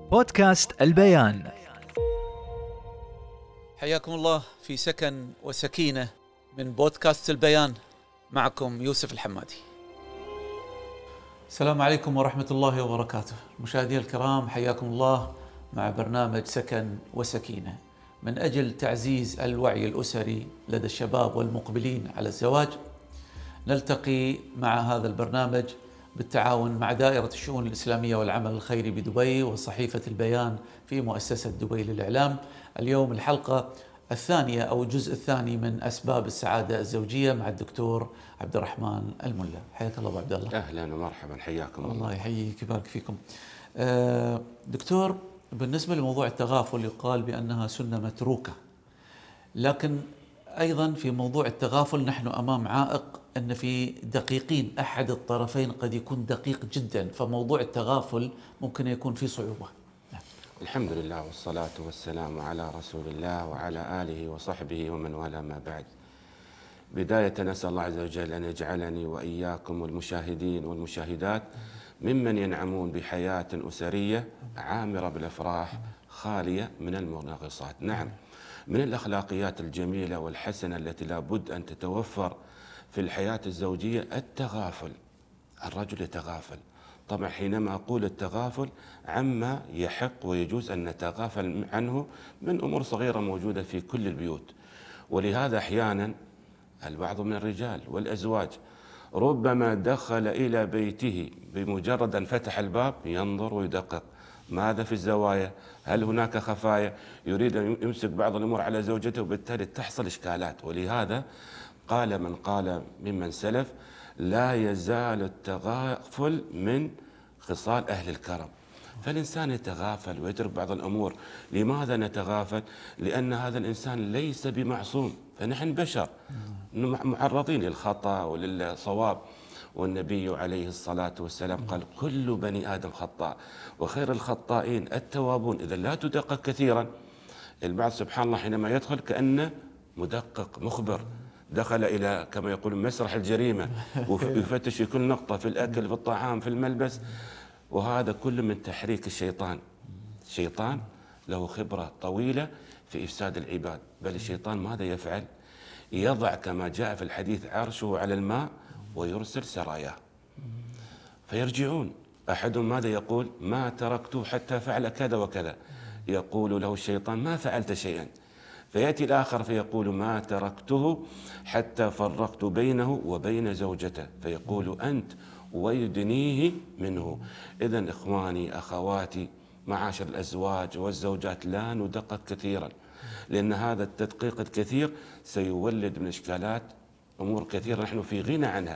بودكاست البيان. حياكم الله في سكن وسكينة من بودكاست البيان. معكم يوسف الحمادي. السلام عليكم ورحمة الله وبركاته. مشاهدي الكرام، حياكم الله مع برنامج سكن وسكينة من أجل تعزيز الوعي الأسري لدى الشباب والمقبلين على الزواج. نلتقي مع هذا البرنامج بالتعاون مع دائرة الشؤون الإسلامية والعمل الخيري بدبي وصحيفة البيان في مؤسسة دبي للإعلام. اليوم الحلقة الثانية أو الجزء الثاني من أسباب السعادة الزوجية مع الدكتور عبد الرحمن الملا. حياك الله أبو عبد الله. أهلا ومرحبا، حياكم الله. الله يحييك ويبارك فيكم. دكتور، بالنسبة لموضوع التغافل يقال بأنها سنة متروكة، لكن أيضا في موضوع التغافل نحن أمام عائق أن في دقيقين، أحد الطرفين قد يكون دقيق جدا، فموضوع التغافل ممكن يكون فيه صعوبة. الحمد لله والصلاة والسلام على رسول الله وعلى آله وصحبه ومن والاه، ما بعد. بداية نسأل الله عز وجل أن يجعلني وإياكم والمشاهدين والمشاهدات ممن ينعمون بحياة أسرية عامرة بالأفراح خالية من المنغصات. نعم، من الأخلاقيات الجميلة والحسنة التي لا بد أن تتوفر في الحياة الزوجية التغافل. الرجل يتغافل. طبعا حينما أقول التغافل عما يحق ويجوز أن نتغافل عنه من أمور صغيرة موجودة في كل البيوت. ولهذا أحيانا البعض من الرجال والأزواج ربما دخل إلى بيته بمجرد أن فتح الباب ينظر ويدقق ماذا في الزوايا، هل هناك خفايا، يريد أن يمسك بعض الأمور على زوجته، وبالتالي تحصل إشكالات. ولهذا قال من قال ممن سلف: لا يزال التغافل من خصال أهل الكرم. فالإنسان يتغافل ويترك بعض الأمور. لماذا نتغافل؟ لأن هذا الإنسان ليس بمعصوم، فنحن بشر معرضين للخطأ وللصواب. والنبي عليه الصلاة والسلام قال: كل بني آدم خطاء وخير الخطائين التوابون. إذا لا تدقق كثيرا. البعض سبحان الله حينما يدخل كأنه مدقق مخبر، دخل إلى كما يقول مسرح الجريمة ويفتش في كل نقطة، في الأكل، في الطعام، في الملبس، وهذا كله من تحريك الشيطان. الشيطان له خبرة طويلة في إفساد العباد. بل الشيطان ماذا يفعل؟ يضع كما جاء في الحديث عرشه على الماء ويرسل سراياه فيرجعون. أحدهم ماذا يقول؟ ما تركته حتى فعل كذا وكذا. يقول له الشيطان: ما فعلت شيئا. فيأتي الآخر فيقول: ما تركته حتى فرقت بينه وبين زوجته. فيقول: أنت، ويدنيه منه. إذن إخواني أخواتي معاشر الأزواج والزوجات، لا ندقق كثيرا، لأن هذا التدقيق الكثير سيولد من إشكالات أمور كثيرة نحن في غنى عنها.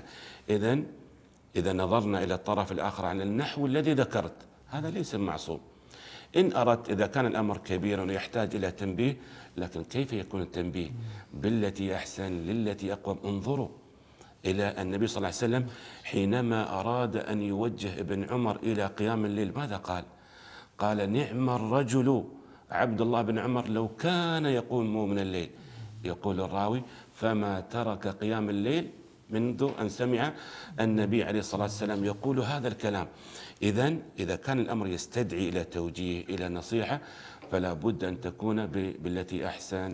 إذا نظرنا إلى الطرف الآخر عن النحو الذي ذكرت، هذا ليس معصوم. إن أردت، إذا كان الأمر كبيرا ويحتاج إلى تنبيه، لكن كيف يكون التنبيه؟ بالتي أحسن للتي أقوم. انظروا إلى النبي صلى الله عليه وسلم حينما أراد أن يوجه ابن عمر إلى قيام الليل، ماذا قال؟ قال: نعم الرجل عبد الله بن عمر لو كان يقوم من الليل. يقول الراوي: فما ترك قيام الليل منذ أن سمع النبي عليه الصلاة والسلام يقول هذا الكلام. إذا كان الأمر يستدعي إلى توجيه، إلى نصيحة، فلا بد أن تكون بالتي أحسن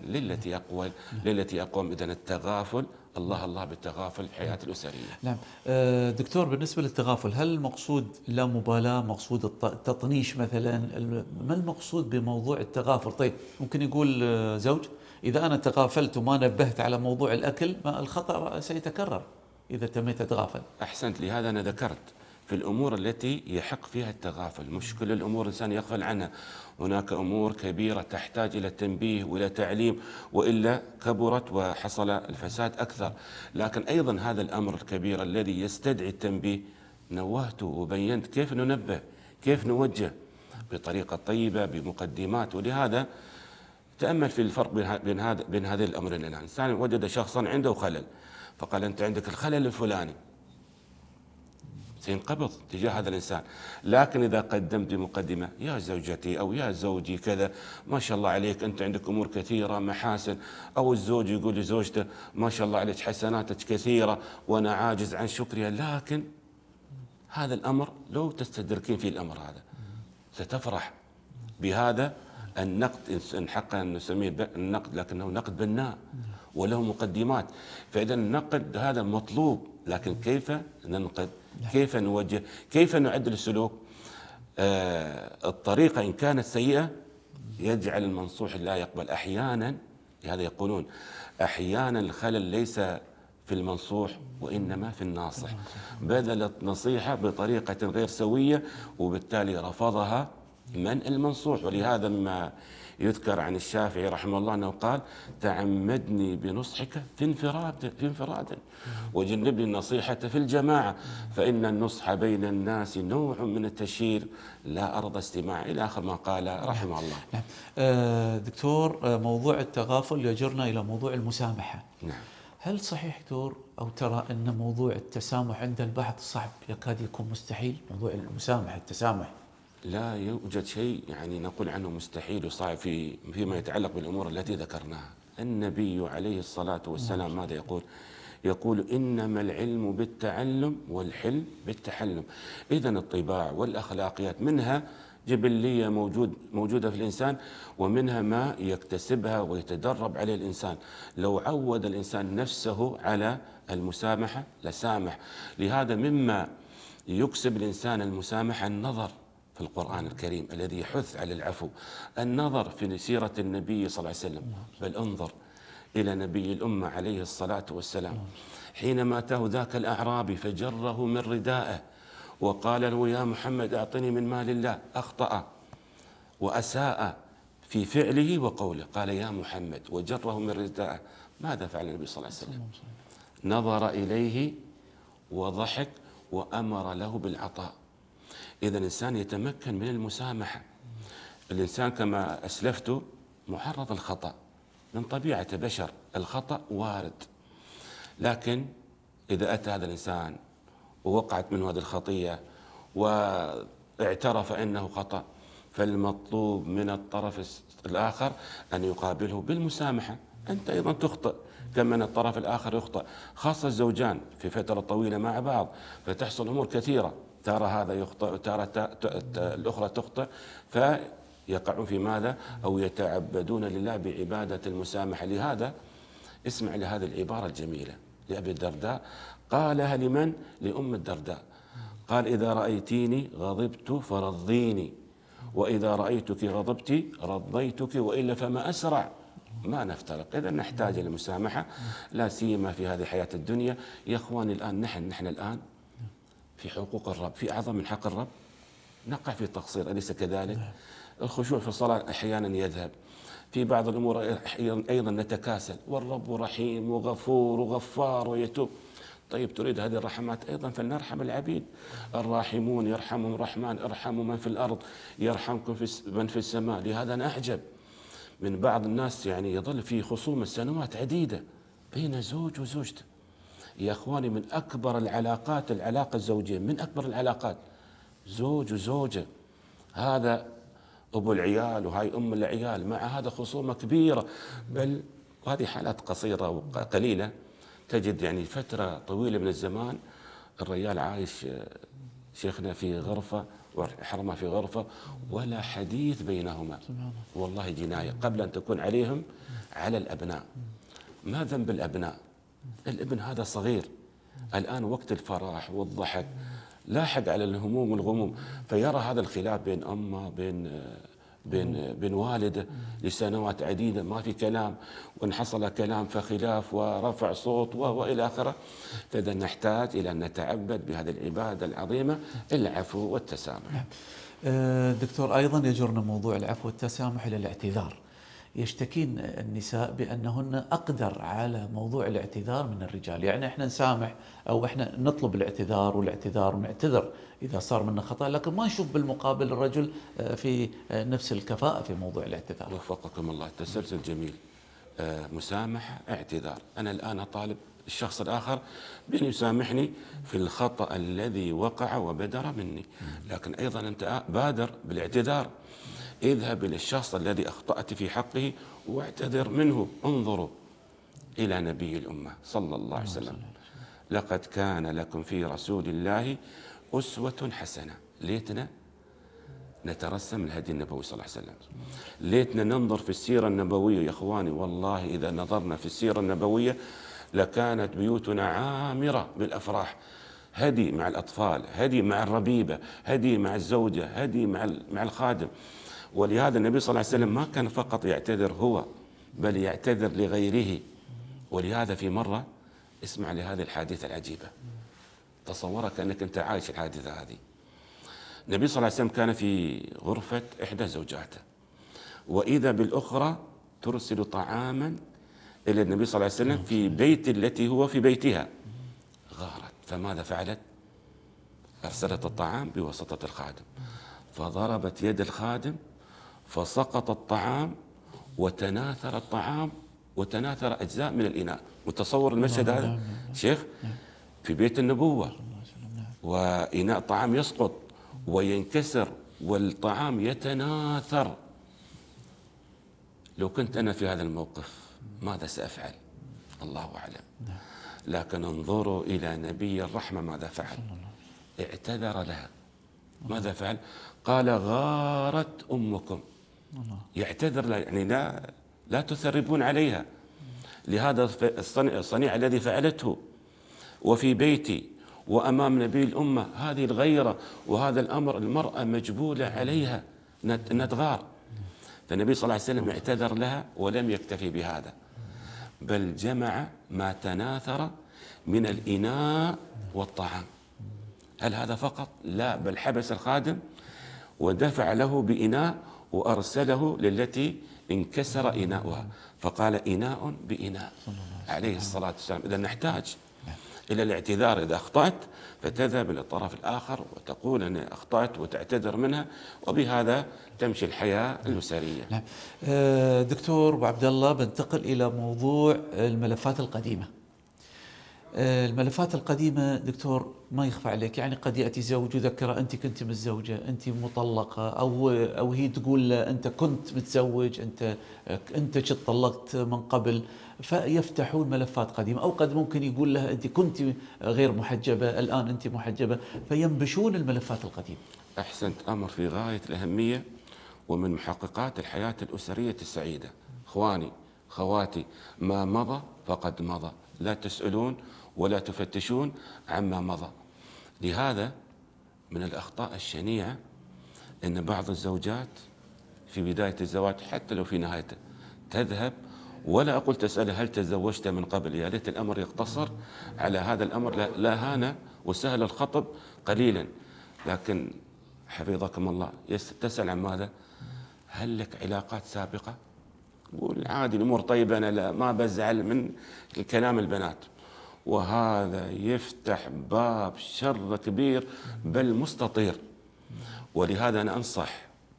للتي أقوم. إذن التغافل، الله بالتغافل في الحياة الأسرية. نعم دكتور، بالنسبة للتغافل، هل المقصود لا مبالاة، مقصود التطنيش مثلا؟ ما المقصود بموضوع التغافل؟ طيب ممكن يقول زوج: إذا أنا تغافلت وما نبهت على موضوع الأكل، ما الخطأ سيتكرر إذا تميت أتغافل. أحسنت، لهذا أنا ذكرت في الأمور التي يحق فيها التغافل. مش كل الأمور الإنسان يغفل عنها. هناك أمور كبيرة تحتاج إلى تنبيه وإلى تعليم، وإلا كبرت وحصل الفساد أكثر. لكن أيضا هذا الأمر الكبير الذي يستدعي التنبيه نوهته وبينت كيف ننبه، كيف نوجه بطريقة طيبة بمقدمات. ولهذا تأمل في الفرق بين هذه الأمرين. الإنسان وجد شخصا عنده خلل فقال: أنت عندك الخلل الفلاني، سينقبض تجاه هذا الإنسان. لكن إذا قدمت مقدمة: يا زوجتي أو يا زوجي كذا، ما شاء الله عليك، أنت عندك أمور كثيرة محاسن. أو الزوج يقول لزوجته: ما شاء الله عليك، حسناتك كثيرة وأنا عاجز عن شكرها. لكن هذا الأمر لو تستدركين فيه الأمر هذا ستفرح بهذا النقد، إن حق أن نسميه النقد لكنه نقد بناء وله مقدمات. فإذا النقد هذا مطلوب، لكن كيف ننقد؟ كيف نوجه؟ كيف نعدل السلوك؟ الطريقة إن كانت سيئة يجعل المنصوح لا يقبل. أحيانا هذا يقولون أحيانا الخلل ليس في المنصوح وإنما في الناصح، بذلت نصيحة بطريقة غير سوية وبالتالي رفضها من المنصوح. ولهذا ما يذكر عن الشافعي رحمه الله أنه قال: تعمدني بنصحك في انفراد وجنبني النصيحة في الجماعة، فإن النصح بين الناس نوع من التشهير لا أرضى استماع، إلى آخر ما قال رحمه الله. نعم. دكتور، موضوع التغافل يجرنا إلى موضوع المسامحة. نعم. هل صحيح دكتور أو ترى أن موضوع التسامح عند البعض صعب يكاد يكون مستحيل؟ موضوع المسامحة، التسامح. لا يوجد شيء يعني نقول عنه مستحيل وصعب فيما يتعلق بالأمور التي ذكرناها. النبي عليه الصلاة والسلام ماذا يقول؟ يقول: إنما العلم بالتعلم والحلم بالتحلم. إذن الطباع والأخلاقيات منها جبلية موجودة في الإنسان، ومنها ما يكتسبها ويتدرب عليه الإنسان. لو عود الإنسان نفسه على المسامحة لسامح. لهذا مما يكسب الإنسان المسامحة النظر في القرآن الكريم الذي يحث على العفو، النظر في سيرة النبي صلى الله عليه وسلم. بل انظر إلى نبي الأمة عليه الصلاة والسلام حينما أتاه ذاك الأعرابي فجره من ردائه وقال له: يا محمد أعطني من مال الله. أخطأ وأساء في فعله وقوله، قال: يا محمد، وجره من ردائه. ماذا فعل النبي صلى الله عليه وسلم؟ نظر إليه وضحك وأمر له بالعطاء. إذا الإنسان يتمكن من المسامحة. الإنسان كما أسلفت معرض الخطأ، من طبيعة بشر الخطأ وارد، لكن إذا أتى هذا الإنسان ووقعت منه هذه الخطية واعترف أنه خطأ، فالمطلوب من الطرف الآخر أن يقابله بالمسامحة. أنت أيضا تخطئ كما أن الطرف الآخر يخطئ، خاصة الزوجان في فترة طويلة مع بعض فتحصل أمور كثيرة، ترى هذا يخطئ وترى الأخرى تخطئ، فيقعون في ماذا؟ أو يتعبدون لله بعبادة المسامحة. لهذا اسمع لهذه العبارة الجميلة لأبي الدرداء، قالها لمن؟ لأم الدرداء. قال: إذا رأيتيني غضبت فرضيني، وإذا رأيتك غضبت رضيتك، وإلا فما أسرع ما نفترق. إذا نحتاج إلى المسامحة لا سيما في هذه الحياة الدنيا. يا إخواني الآن نحن الآن في حقوق الرب، في أعظم من حق الرب نقع في تقصير، أليس كذلك؟ الخشوع في الصلاة أحيانا يذهب، في بعض الأمور أيضا نتكاسل، والرب رحيم وغفور وغفار ويتوب. طيب تريد هذه الرحمات أيضا فلنرحم العبيد. الراحمون يرحمهم الرحمن، ارحموا من في الأرض يرحمكم من في السماء. لهذا أنا أعجب من بعض الناس يعني يظل في خصومة سنوات عديدة بين زوج وزوجته. يا أخواني من أكبر العلاقات العلاقة الزوجية، من أكبر العلاقات زوج وزوجة، هذا أبو العيال وهاي أم العيال، مع هذا خصومة كبيرة. بل وهذه حالات قصيرة وقليلة، تجد يعني فترة طويلة من الزمان الرجال عايش شيخنا في غرفة وحرمة في غرفة ولا حديث بينهما، والله جناية قبل أن تكون عليهم على الأبناء. ما ذنب الأبناء؟ الابن هذا صغير الآن وقت الفرح والضحك، لاحق على الهموم والغموم، فيرى هذا الخلاف بين أمه بين والده لسنوات عديدة ما في كلام، وإن حصل كلام فخلاف ورفع صوت وإلى آخره. فإذا نحتاج إلى أن نتعبد بهذه العبادة العظيمة، العفو والتسامح. دكتور، أيضا يجرنا موضوع العفو والتسامح إلى الاعتذار. يشتكين النساء بأنهن أقدر على موضوع الاعتذار من الرجال، يعني إحنا نسامح أو إحنا نطلب الاعتذار والاعتذار ونعتذر إذا صار منا خطأ، لكن ما نشوف بالمقابل الرجل في نفس الكفاءة في موضوع الاعتذار. وفقكم الله، تسلسل جميل. مسامحة، اعتذار. أنا الآن أطالب الشخص الآخر بأن يسامحني في الخطأ الذي وقع وبدر مني، لكن أيضا أنت بادر بالاعتذار. اذهب إلى الشخص الذي أخطأت في حقه واعتذر منه. انظروا إلى نبي الأمة صلى الله عليه وسلم، لقد كان لكم في رسول الله أسوة حسنة. ليتنا نترسم الهدي النبوي صلى الله عليه وسلم. ليتنا ننظر في السيرة النبوية يا إخواني، والله إذا نظرنا في السيرة النبوية لكانت بيوتنا عامرة بالأفراح. هدي مع الأطفال، هدي مع الربيبة، هدي مع الزوجة، هدي مع الخادم. ولهذا النبي صلى الله عليه وسلم ما كان فقط يعتذر هو، بل يعتذر لغيره. ولهذا في مرة اسمع لهذه الحادثة العجيبة، تصورها كأنك أنت عايش الحادثة هذه. النبي صلى الله عليه وسلم كان في غرفة إحدى زوجاته، وإذا بالأخرى ترسل طعاما إلى النبي صلى الله عليه وسلم في بيت التي هو في بيتها. غارت، فماذا فعلت؟ أرسلت الطعام بواسطة الخادم، فضربت يد الخادم فسقط الطعام وتناثر الطعام وتناثر أجزاء من الإناء. متصور المشهد هذا شيخ؟ في بيت النبوة، وإناء الطعام يسقط وينكسر والطعام يتناثر. لو كنت أنا في هذا الموقف ماذا سأفعل؟ الله أعلم. لكن انظروا إلى نبي الرحمة ماذا فعل. اعتذر لها. ماذا فعل؟ قال غارت أمكم. يعتذر لها، يعني لا تثربون عليها. لهذا الصنيع الذي فعلته وفي بيتي وأمام نبي الأمة، هذه الغيرة وهذا الأمر المرأة مجبولة عليها أن تغار. فالنبي صلى الله عليه وسلم اعتذر لها ولم يكتفي بهذا، بل جمع ما تناثر من الإناء والطعام. هل هذا فقط؟ لا، بل حبس الخادم ودفع له بإناء وأرسله للتي انكسر إناؤها، فقال إناء بإناء عليه الصلاة والسلام. إذا نحتاج إلى الاعتذار. إذا أخطأت فتذهب إلى الطرف الآخر وتقول أنا أخطأت وتعتذر منها، وبهذا تمشي الحياة الأسرية. نعم. دكتور أبو عبد الله، بنتقل إلى موضوع الملفات القديمة. الملفات القديمة دكتور ما يخفى عليك، يعني قد يأتي زوج يذكر أنت كنت متزوجة، أنت مطلقة، أو هي تقول أنت كنت متزوج، أنت طلقت من قبل، فيفتحون ملفات قديمة. أو قد ممكن يقول لها أنت كنت غير محجبة، الآن أنت محجبة، فينبشون الملفات القديمة. أحسنت، أمر في غاية الأهمية ومن محققات الحياة الأسرية السعيدة. إخواني خواتي، ما مضى فقد مضى، لا تسألون ولا تفتشون عما مضى. لهذا من الأخطاء الشنيعة أن بعض الزوجات في بداية الزواج حتى لو في نهايته تذهب، ولا أقول تسأله هل تزوجت من قبل، يا ريت الأمر يقتصر على هذا الأمر، لا هان وسهل الخطب قليلا. لكن حفظكم الله تسأل عن ماذا؟ هل لك علاقات سابقة؟ قول عادي الأمور طيبة، أنا لا ما بزعل من الكلام البنات. وهذا يفتح باب شر كبير بل مستطير. ولهذا أنا أنصح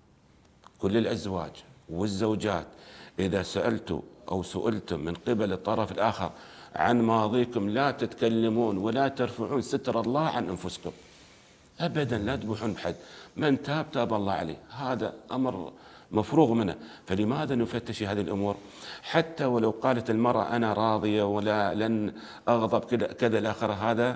كل الأزواج والزوجات إذا سألتوا أو سئلتم من قبل الطرف الآخر عن ماضيكم لا تتكلمون ولا ترفعون ستر الله عن أنفسكم أبدا، لا تبوحون بحد. من تاب تاب الله عليه، هذا أمر مفروغ منه. فلماذا نفتش هذه الأمور؟ حتى ولو قالت المرأة أنا راضية ولا لن أغضب كذا الآخر، هذا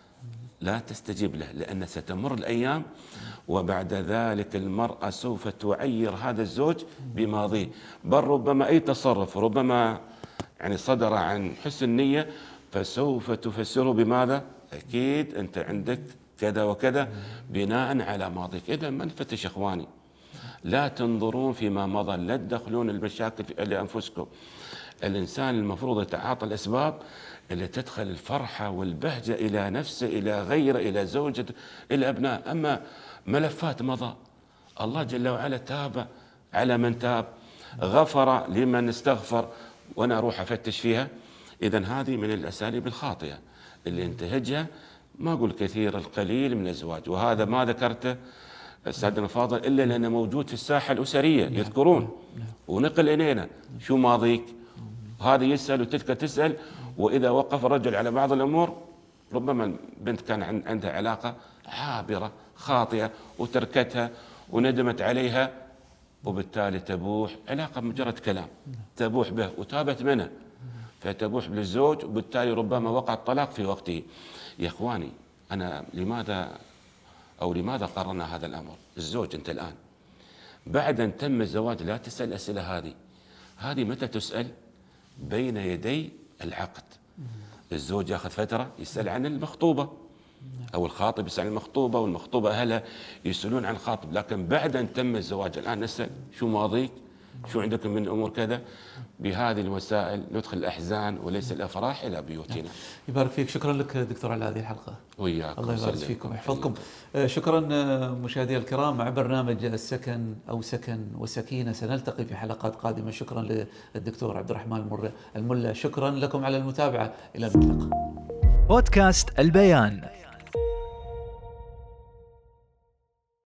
لا تستجيب له، لأن ستمر الأيام وبعد ذلك المرأة سوف تعير هذا الزوج بماضيه، بل ربما أي تصرف ربما يعني صدر عن حسن نية فسوف تفسره بماذا؟ أكيد أنت عندك كذا وكذا بناء على ماضيك. إذا ما نفتش إخواني، لا تنظرون فيما مضى، لا تدخلون المشاكل لأنفسكم. الإنسان المفروض يتعاطى الأسباب اللي تدخل الفرحة والبهجة إلى نفسه، إلى غيره، إلى زوجته، إلى أبناء. أما ملفات مضى، الله جل وعلا تاب على من تاب، غفر لمن استغفر، وأنا أروح أفتش فيها. إذن هذه من الأساليب الخاطئة اللي انتهجها ما أقول كثير، القليل من الأزواج. وهذا ما ذكرته سيدنا الفاضل إلا لأنه موجود في الساحة الأسرية، يذكرون ونقل إلينا شو ماضيك، هذا يسأل وتلك تسأل. وإذا وقف الرجل على بعض الأمور ربما البنت كان عندها علاقة عابرة خاطئة وتركتها وندمت عليها، وبالتالي تبوح علاقة مجرد كلام تبوح به وتابت منه، فتبوح للزوج، وبالتالي ربما وقع الطلاق في وقته. يا إخواني، أنا لماذا قررنا هذا الأمر؟ الزوج أنت الآن بعد أن تم الزواج لا تسأل الأسئلة هذه متى تسأل؟ بين يدي العقد. الزوج ياخذ فترة يسأل عن المخطوبة، أو الخاطب يسأل عن المخطوبة، والمخطوبة أهلها يسألون عن الخاطب. لكن بعد أن تم الزواج الآن نسأل شو ماضيك، شو عندكم من أمور كذا. بهذه الوسائل ندخل الأحزان وليس الأفراح إلى بيوتنا. يبارك فيك. شكرا لك دكتور على هذه الحلقة. وياكم. الله يبارك فيكم ويحفظكم. شكرا مشاهدي الكرام، مع برنامج السكن أو سكن وسكينة سنلتقي في حلقات قادمة. شكرا للدكتور عبد الرحمن الملا. شكرا لكم على المتابعة. إلى اللقاء. بودكاست البيان.